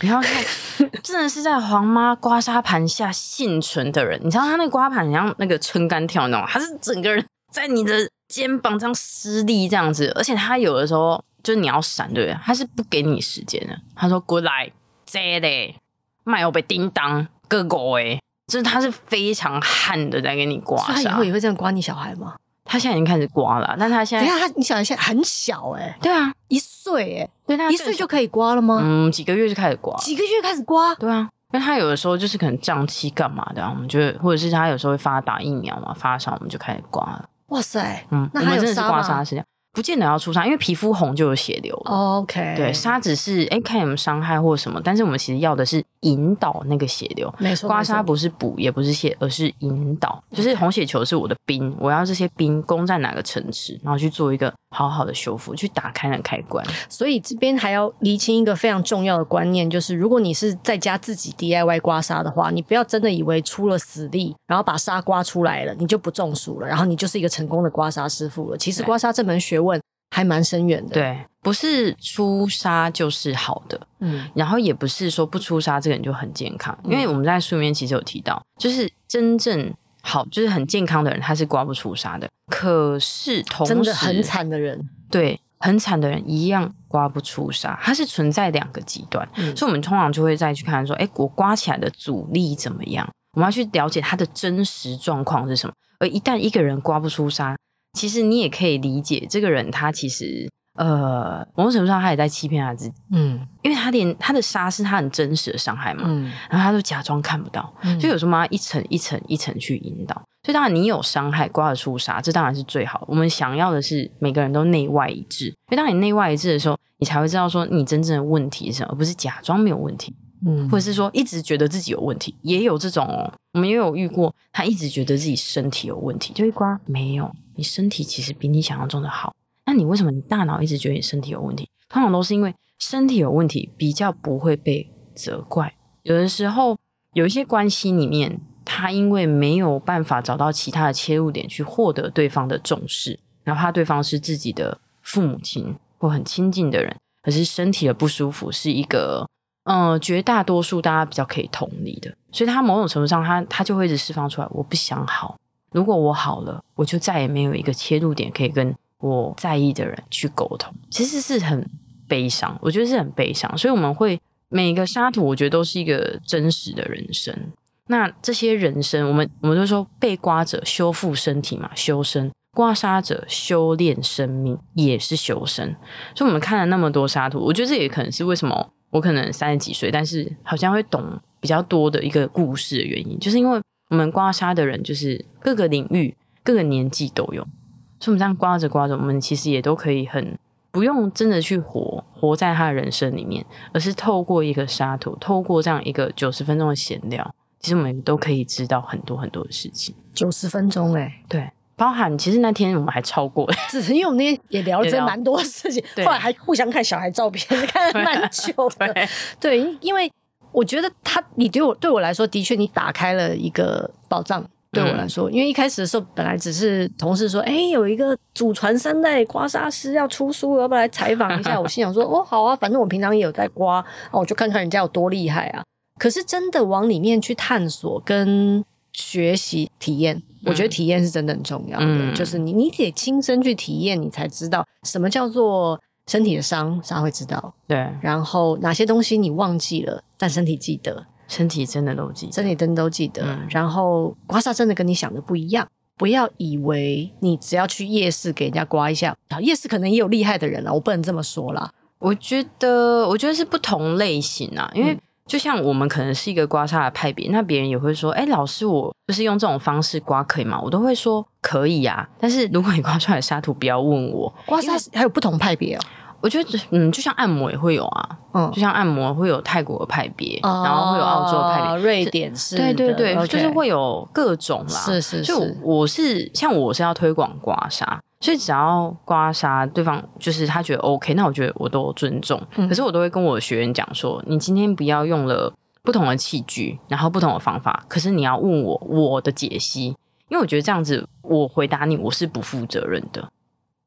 B: 你要看，真的是在黄妈刮痧盘下幸存的人。你知道他那个刮盘很像那个撑杆跳那种，他是整个人在你的肩膀这样施力这样子，而且他有的时候就是你要闪，对不对？他是不给你时间的。他说过来，这嘞，卖我被叮当个狗哎，就是他是非常悍的在给你刮痧。
A: 他以后也会这样刮你小孩吗？
B: 他现在已经开始刮了，但他现在
A: 等一下，你小孩现在很小
B: 对啊
A: ，1岁
B: 对
A: ，1岁就可以刮了吗？
B: 几个月就开始刮，
A: 几个月开始刮？
B: 对啊，因为他有的时候就是可能胀气干嘛的，我们就或者是他有时候会打疫苗嘛，发烧我们就开始刮了。
A: 哇塞，
B: 那还有真的是刮痧是这样。不见得要出痧，因为皮肤红就有血流了。
A: OK，
B: 对，痧只是看有没有伤害或什么，但是我们其实要的是引导那个血流。
A: 没错，
B: 刮痧不是补，也不是泻，而是引导。就是红血球是我的冰，我要这些冰攻在哪个城池，然后去做一个好好的修复，去打开那个开关。
A: 所以这边还要厘清一个非常重要的观念，就是如果你是在家自己 DIY 刮痧的话，你不要真的以为出了死力，然后把痧刮出来了，你就不中暑了，然后你就是一个成功的刮痧师傅了。其实刮痧这门学问还蛮深远的。
B: 对，不是出痧就是好的，然后也不是说不出痧这个人就很健康，因为我们在书里面其实有提到，就是真正好就是很健康的人他是刮不出痧的，可是同时
A: 真的很惨的人，
B: 对，很惨的人一样刮不出痧，它是存在两个极端，所以我们通常就会再去看说，我刮起来的阻力怎么样，我们要去了解他的真实状况是什么。而一旦一个人刮不出痧，其实你也可以理解这个人他其实某种程度上他也在欺骗他自己，因为他的痧是他很真实的伤害嘛，然后他就假装看不到，就有时候嘛一层一层一层去引导，所以当然你有伤害刮得出痧，这当然是最好。我们想要的是每个人都内外一致，因为当你内外一致的时候，你才会知道说你真正的问题是什么，而不是假装没有问题，或者是说一直觉得自己有问题，也有这种我们也有遇过，他一直觉得自己身体有问题，就一刮没有，你身体其实比你想象中的好。那你为什么你大脑一直觉得你身体有问题？通常都是因为身体有问题比较不会被责怪。有的时候有一些关系里面，他因为没有办法找到其他的切入点去获得对方的重视，哪怕对方是自己的父母亲或很亲近的人，可是身体的不舒服是一个绝大多数大家比较可以同理的，所以他某种程度上他就会一直释放出来，我不想好，如果我好了，我就再也没有一个切入点可以跟我在意的人去沟通，其实是很悲伤，我觉得是很悲伤。所以我们会每个痧图我觉得都是一个真实的人生，那这些人生我们都说被刮者修复身体嘛，修身，刮痧者修炼生命，也是修身。所以我们看了那么多痧图，我觉得这也可能是为什么我可能30几岁但是好像会懂比较多的一个故事的原因，就是因为我们刮痧的人就是各个领域各个年纪都有，所以我们这样刮着刮着，我们其实也都可以很不用真的去活在他的人生里面，而是透过一个痧图，透过这样一个90分钟的闲聊，其实我们都可以知道很多很多的事情。
A: 90分钟
B: 对，包含其实那天我们还超过，
A: 只是因为我们那天也聊了真蛮多事情，后来还互相看小孩照片，看了蛮久的。对，因为我觉得你对我来说，的确你打开了一个宝藏。对我来说，因为一开始的时候本来只是同事说有一个祖传3代刮痧师要出书，要不要来采访一下？我心想说好啊，反正我平常也有在刮，我就看看人家有多厉害啊。可是真的往里面去探索跟学习体验，我觉得体验是真的很重要的，就是你得亲身去体验，你才知道什么叫做身体的伤会知道，
B: 对，
A: 然后哪些东西你忘记了但身体记得，
B: 身体真的都记得，
A: 然后刮痧真的跟你想的不一样，不要以为你只要去夜市给人家刮一下，夜市可能也有厉害的人啦，我不能这么说啦。
B: 我觉得是不同类型啊，因为就像我们可能是一个刮痧的派别，那别人也会说老师我就是用这种方式刮可以吗？我都会说可以啊，但是如果你刮出来的痧图不要问我。
A: 刮痧还有不同派别
B: 我觉得就像按摩也会有啊，就像按摩会有泰国的派别，然后会有澳洲的派别，
A: 瑞典式的，
B: 对、
A: okay，
B: 就是会有各种啦。是，所以我是要推广刮痧，所以只要刮痧对方就是他觉得 OK， 那我觉得我都尊重。可是我都会跟我的学员讲说，你今天不要用了不同的器具，然后不同的方法，可是你要问我的解析，因为我觉得这样子我回答你我是不负责任的。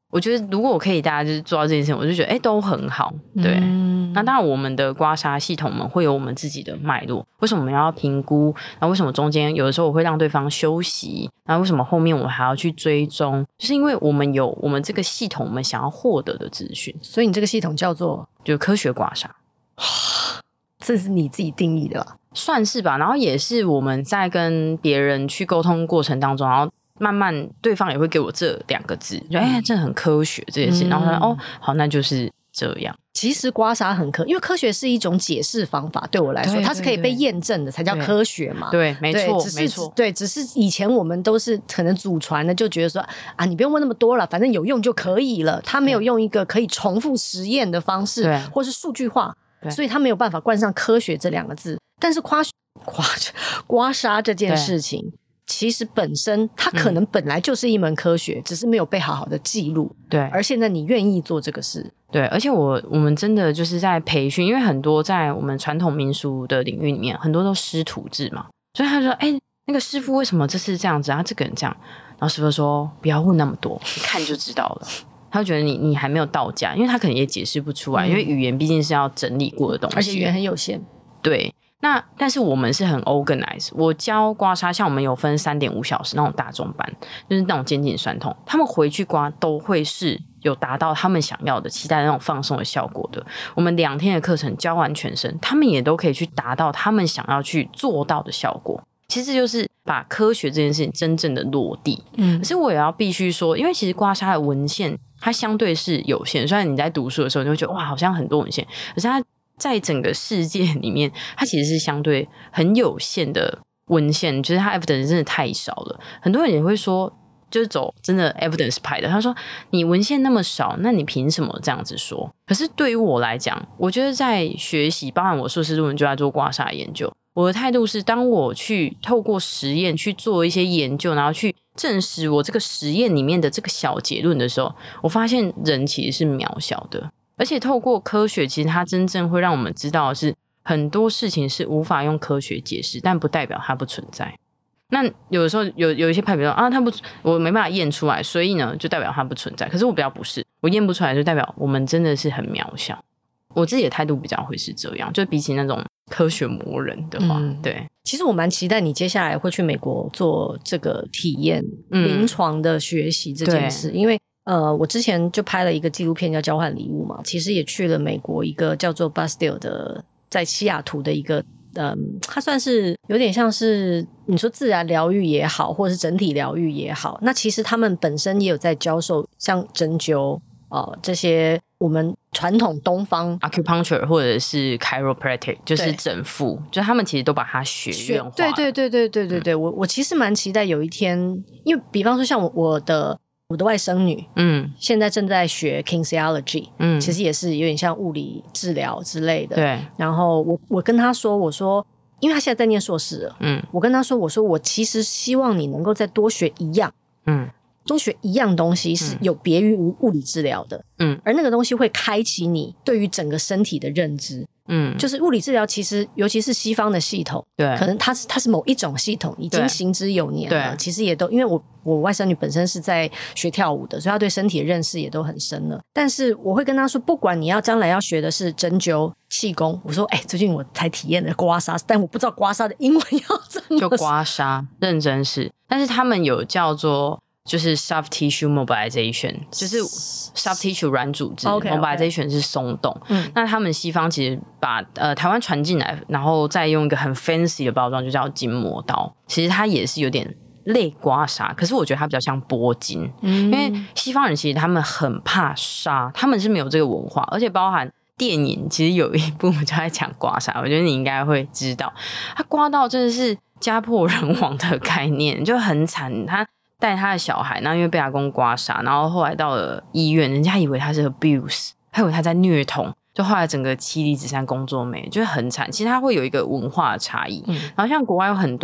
B: 我觉得如果我可以大家就是做到这件事情，我就觉得都很好。对，那当然我们的刮痧系统我们会有我们自己的脉络，为什么我们要评估，然后为什么中间有的时候我会让对方休息，然后为什么后面我们还要去追踪，就是因为我们有我们这个系统我们想要获得的资讯。
A: 所以你这个系统叫做
B: 就科学刮痧。
A: 这是你自己定义的吧？
B: 算是吧，然后也是我们在跟别人去沟通过程当中，然后慢慢对方也会给我这2个字，就这很科学这件事，然后他说好，那就是这样。
A: 其实刮痧很因为科学是一种解释方法，对我来说，对对对，它是可以被验证的，才叫科学嘛。
B: 对，没错，没错。
A: 对，只是以前我们都是可能祖传的，就觉得说啊，你不用问那么多了，反正有用就可以了。他没有用一个可以重复实验的方式，或是数据化，所以他没有办法冠上科学这2个字。但是刮痧这件事情，其实本身它可能本来就是一门科学，只是没有被好好的记录。对，而现在你愿意做这个事。
B: 对，而且我们真的就是在培训，因为很多在我们传统民俗的领域里面，很多都师徒制嘛，所以他说那个师傅为什么这是这样子啊，这个人这样，然后师傅说不要问那么多，一看就知道了。他就觉得你还没有到家，因为他可能也解释不出来，因为语言毕竟是要整理过的东西，
A: 而且语言很有限。
B: 对，但是我们是很 organize。我教刮痧，像我们有分3.5小时那种大众班，就是那种肩颈酸痛，他们回去刮都会是有达到他们想要的期待的那种放松的效果的。我们2天的课程教完全身，他们也都可以去达到他们想要去做到的效果。其实就是把科学这件事情真正的落地。可是我也要必须说，因为其实刮痧的文献它相对是有限，虽然你在读书的时候你会觉得哇好像很多文献，可是它在整个世界里面它其实是相对很有限的文献，就是它 evidence 真的太少了。很多人也会说就是走真的 evidence 派的，他说你文献那么少，那你凭什么这样子说？可是对于我来讲，我觉得在学习，包含我硕士论文就在做刮痧研究，我的态度是当我去透过实验去做一些研究，然后去证实我这个实验里面的这个小结论的时候，我发现人其实是渺小的。而且透过科学，其实它真正会让我们知道的是很多事情是无法用科学解释，但不代表它不存在。那有的时候有一些派别说啊，它不，我没办法验出来，所以呢就代表它不存在。可是我比较不是，我验不出来就代表我们真的是很渺小。我自己的态度比较会是这样，就比起那种科学魔人的话，对。
A: 其实我蛮期待你接下来会去美国做这个体验临床的学习这件事，因为我之前就拍了一个纪录片叫《交换礼物》嘛，其实也去了美国一个叫做 Bastille 的，在西雅图的一个它算是有点像是你说自然疗愈也好，或者是整体疗愈也好，那其实他们本身也有在教授像针灸这些我们传统东方
B: acupuncture 或者是 chiropractic 就是整复，就他们其实都把它学院化。
A: 对，我其实蛮期待有一天，因为比方说像我的外甥女现在正在学 kinesiology，其实也是有点像物理治疗之类的。对，然后我跟她说，我说因为她现在在念硕士了，我跟她说，我说我其实希望你能够再多学一样，多学一样东西是有别于物理治疗的，而那个东西会开启你对于整个身体的认知。就是物理治疗其实尤其是西方的系统，对，可能它是某一种系统已经行之有年了，其实也都因为我外甥女本身是在学跳舞的，所以她对身体的认识也都很深了。但是我会跟她说，不管你将来要学的是针灸、气功，我说最近我才体验了刮痧，但我不知道刮痧的英文要怎么
B: 就刮痧，认真是，但是他们有叫做就是 soft tissue mobilization， 就是 soft tissue 软组织mobilization 是松动。那他们西方其实把台湾传进来，然后再用一个很 fancy 的包装，就叫筋膜刀。其实它也是有点类刮痧，可是我觉得它比较像拨筋，因为西方人其实他们很怕痧，他们是没有这个文化，而且包含电影其实有一部就在讲刮痧，我觉得你应该会知道，他刮到真的是家破人亡的概念，就很惨。他带他的小孩，然后因为被阿公刮痧，然后后来到了医院，人家以为他是 abuse， 还以为他在虐童，就后来整个妻离子散，工作没，就是很惨。其实他会有一个文化的差异，然后像国外有很多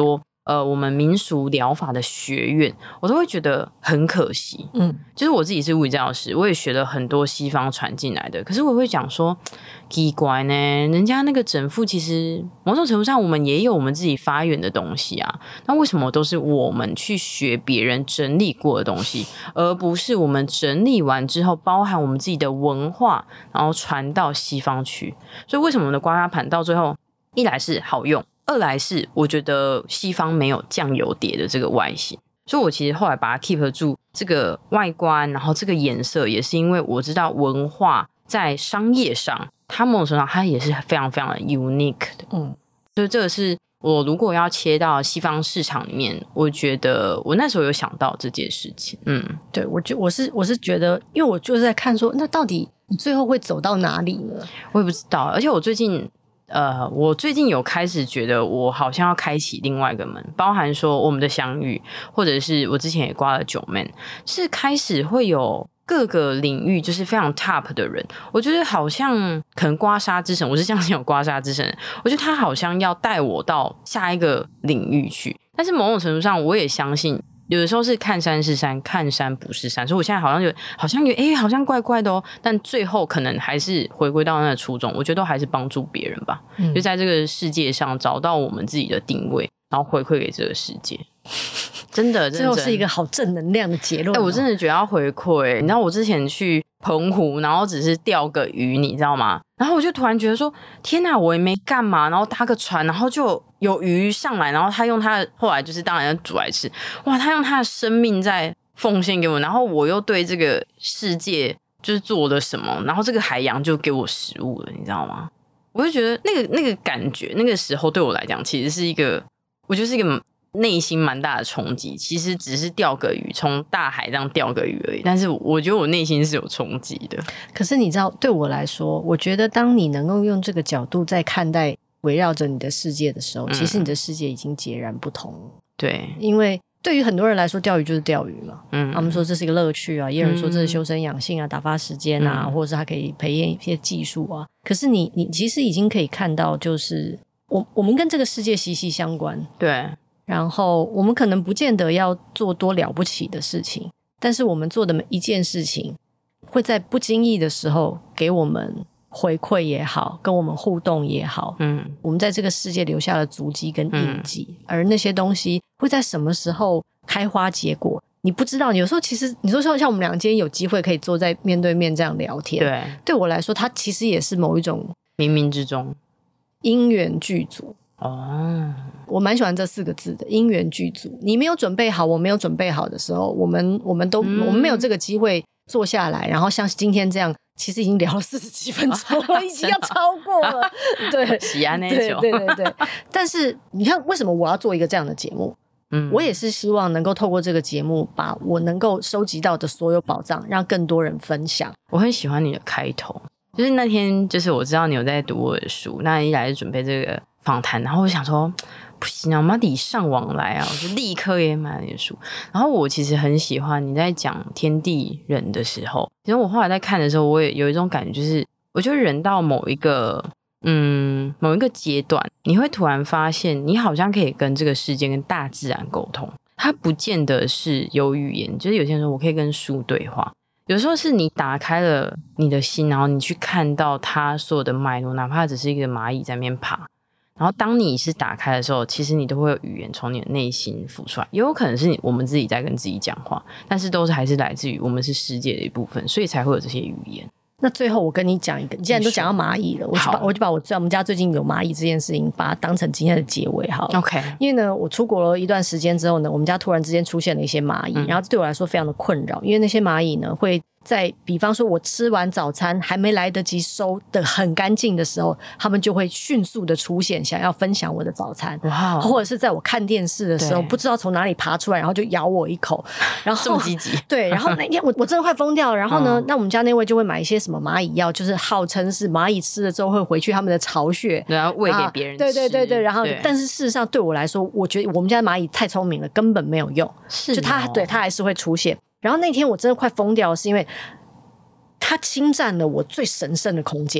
B: 我们民俗疗法的学院，我都会觉得很可惜。就是我自己是物理治疗师，我也学了很多西方传进来的，可是我会讲说奇怪呢，人家那个整复其实某种程度上我们也有我们自己发源的东西啊，那为什么都是我们去学别人整理过的东西，而不是我们整理完之后包含我们自己的文化然后传到西方去？所以为什么我们的刮痧盘到最后一来是好用，二来是我觉得西方没有酱油碟的这个外形，所以我其实后来把它 keep 住这个外观，然后这个颜色，也是因为我知道文化在商业上它某种程度上它也是非常非常的 unique 的。所以这个是我如果要切到西方市场里面，我觉得我那时候有想到这件事情。
A: 对，我是觉得，因为我就是在看说，那到底你最后会走到哪里呢？
B: 我也不知道，而且我最近有开始觉得我好像要开启另外一个门，包含说我们的相遇，或者是我之前也刮了9man，是开始会有各个领域就是非常 top 的人，我觉得好像可能刮痧之神，我是相信有刮痧之神，我觉得他好像要带我到下一个领域去，但是某种程度上我也相信有的时候是看山是山，看山不是山，所以我现在好像怪怪的哦，但最后可能还是回归到那个初衷，我觉得都还是帮助别人吧，就在这个世界上找到我们自己的定位，然后回馈给这个世界。真的
A: 最后是一个好正能量的结论。
B: 我真的觉得要回馈。你知道我之前去澎湖，然后只是钓个鱼，你知道吗？然后我就突然觉得说，天哪，我也没干嘛，然后搭个船，然后就有鱼上来，然后他用他的，后来就是当然要煮来吃，哇，他用他的生命在奉献给我，然后我又对这个世界就是做了什么，然后这个海洋就给我食物了，你知道吗？我就觉得那个感觉，那个时候对我来讲，其实是一个，我觉得是一个内心蛮大的冲击，其实只是钓个鱼，从大海这样钓个鱼而已，但是我觉得我内心是有冲击的。
A: 可是你知道，对我来说，我觉得当你能够用这个角度在看待围绕着你的世界的时候，其实你的世界已经截然不同了。
B: 对，
A: 因为对于很多人来说，钓鱼就是钓鱼嘛，他们说这是一个乐趣啊，也有人说这是修身养性啊，打发时间啊，或者是它可以培养一些技术啊。可是你其实已经可以看到，就是我们跟这个世界息息相关。
B: 对。
A: 然后我们可能不见得要做多了不起的事情，但是我们做的每一件事情会在不经意的时候给我们回馈也好，跟我们互动也好，我们在这个世界留下了足迹跟印记，而那些东西会在什么时候开花结果你不知道。有时候其实你说像我们俩今天有机会可以坐在面对面这样聊天，对我来说它其实也是某一种
B: 冥冥之中
A: 因缘具足。我蛮喜欢这4个字的，因缘具足。你没有准备好，我没有准备好的时候，我们没有这个机会坐下来，然后像今天这样，其实已经聊了40几分钟了，已经要超过了。对，
B: 喜欢那种。
A: 对。但是你看，为什么我要做一个这样的节目？我也是希望能够透过这个节目，把我能够收集到的所有宝藏，让更多人分享。
B: 我很喜欢你的开头，就是那天就是我知道你有在读我的书，那一来就准备这个访谈，然后我想说不行啊，我们要礼尚往来啊，我就立刻也买了你的书。然后我其实很喜欢你在讲天地人的时候，其实我后来在看的时候，我也有一种感觉，就是我觉得人到某一个阶段，你会突然发现你好像可以跟这个世界跟大自然沟通，它不见得是有语言，就是有些人说我可以跟书对话，有时候是你打开了你的心，然后你去看到它所有的脉络，哪怕只是一个蚂蚁在那边爬，然后当你是打开的时候，其实你都会有语言从你的内心浮出来，也有可能是我们自己在跟自己讲话，但是都是还是来自于我们是世界的一部分，所以才会有这些语言。
A: 那最后我跟你讲一个，既然都讲到蚂蚁了，我就把我们家最近有蚂蚁这件事情把它当成今天的结尾好了。
B: OK，
A: 因为呢我出国了一段时间之后呢，我们家突然之间出现了一些蚂蚁，然后对我来说非常的困扰，因为那些蚂蚁呢会在比方说我吃完早餐还没来得及收的很干净的时候，他们就会迅速的出现，想要分享我的早餐，或者是在我看电视的时候不知道从哪里爬出来，然后就咬我一口，然后
B: 这么积极。
A: 对，然后那天我真的快疯掉了，然后呢那我们家那位就会买一些什么蚂蚁药，就是号称是蚂蚁吃了之后会回去他们的巢穴，
B: 然后喂给别人吃。
A: 对，然后但是事实上对我来说，我觉得我们家的蚂蚁太聪明了，根本没有用，就它还是会出现。然后那天我真的快疯掉了，是因为它侵占了我最神圣的空间。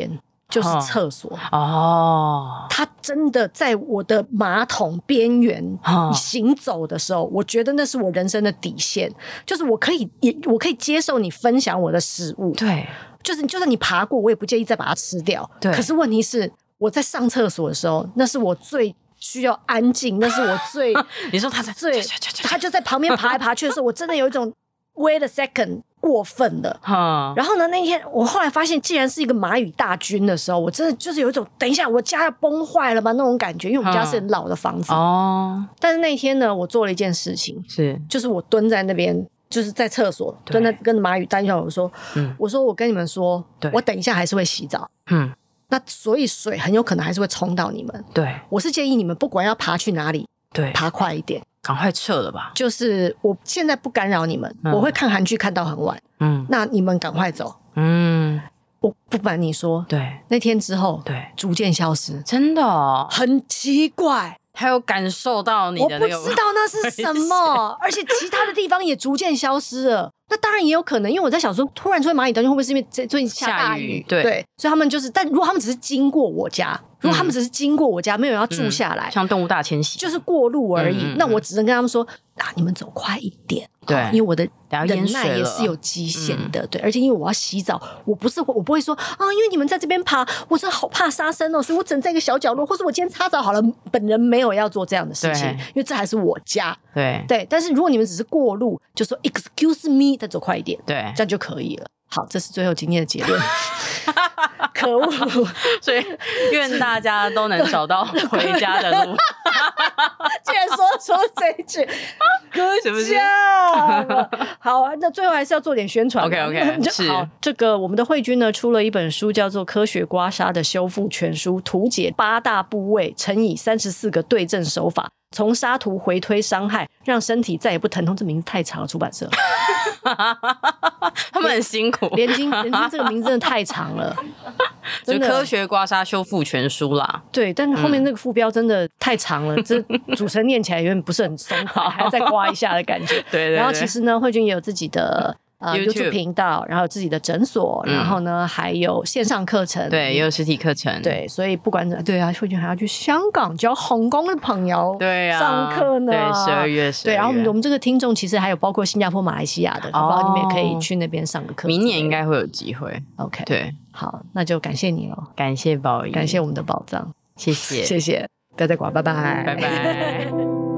A: 就是厕所
B: 哦，
A: 它真的在我的马桶边缘行走的时候，我觉得那是我人生的底线，就是我可以接受你分享我的食物，
B: 对，
A: 就是就算你爬过，我也不介意再把它吃掉。
B: 对，
A: 可是问题是我在上厕所的时候，那是我最需要安静，那是我最
B: 你说他
A: 他就在旁边爬来爬去的时候，我真的有一种 wait a second 过分了。然后呢，那天我后来发现，既然是一个蚂蚁大军的时候，我真的就是有一种等一下我家要崩坏了吗那种感觉，因为我们家是很老的房子。但是那一天呢，我做了一件事情，就是我蹲在那边。就是在厕所蹲在跟蚂蚁单小我说，我跟你们说，我等一下还是会洗澡，那所以水很有可能还是会冲到你们。对，我是建议你们不管要爬去哪里，爬快一点，赶快撤了吧。就是我现在不干扰你们，我会看韩剧看到很晚，那你们赶快走。我不瞒你说，那天之后，逐渐消失，真的很奇怪。
B: 他有感受到你的那个，
A: 我不知道那是什么，而且其他的地方也逐渐消失了。那当然也有可能，因为我在想说，突然出现蚂蚁大军会不会是因为最近下大雨？对，所以他们就是，但如果他们只是经过我家，没有人要住下来，
B: 像动物大迁徙，
A: 就是过路而已。那我只能跟他们说，你们走快一点，对，因为我的忍耐也是有极限的，对，而且因为我要洗澡，我不会说因为你们在这边爬，我真的好怕杀生哦，所以我只能在一个小角落，或是我今天擦澡好了，本人没有要做这样的事情，因为这还是我家，对。但是如果你们只是过路，就说 excuse me， 再走快一点，对，这样就可以了。好，这是最后今天的结论。可恶！
B: 所以愿大家都能找到回家的路。
A: 竟然说出这一句，Good job！ 好，那最后还是要做点宣传。
B: OK， 是
A: 好。这个我们的慧君呢出了一本书，叫做《科学刮痧的修复全书》，图解8大部位乘以34个对症手法，从沙图回推伤害，让身体再也不疼痛。这名字太长了，出版社
B: 他们很辛苦。
A: 连经这个名字真的太长了，
B: 就科学刮痧修复全书啦。
A: 对，但是后面那个副标真的太长了，这主持人念起来有点不是很松快，还要再刮一下的感觉。对。然后其实呢，慧君也有自己的YouTube 频道，然后有自己的诊所，然后呢还有线上课程，
B: 对，也有实体课程，
A: 对，所以不管对啊，慧君还要去香港教红工的朋友，对啊，上课呢，
B: 对，12月，
A: 对，然后我们这个听众其实还有包括新加坡、马来西亚的，好不好？你们也可以去那边上个课，
B: 明年应该会有机会。
A: OK，
B: 对，
A: 好，那就感谢你了，
B: 感谢宝仪，
A: 感谢我们的宝藏，
B: 谢谢，
A: 谢谢，不要再刮，拜拜，
B: 拜拜。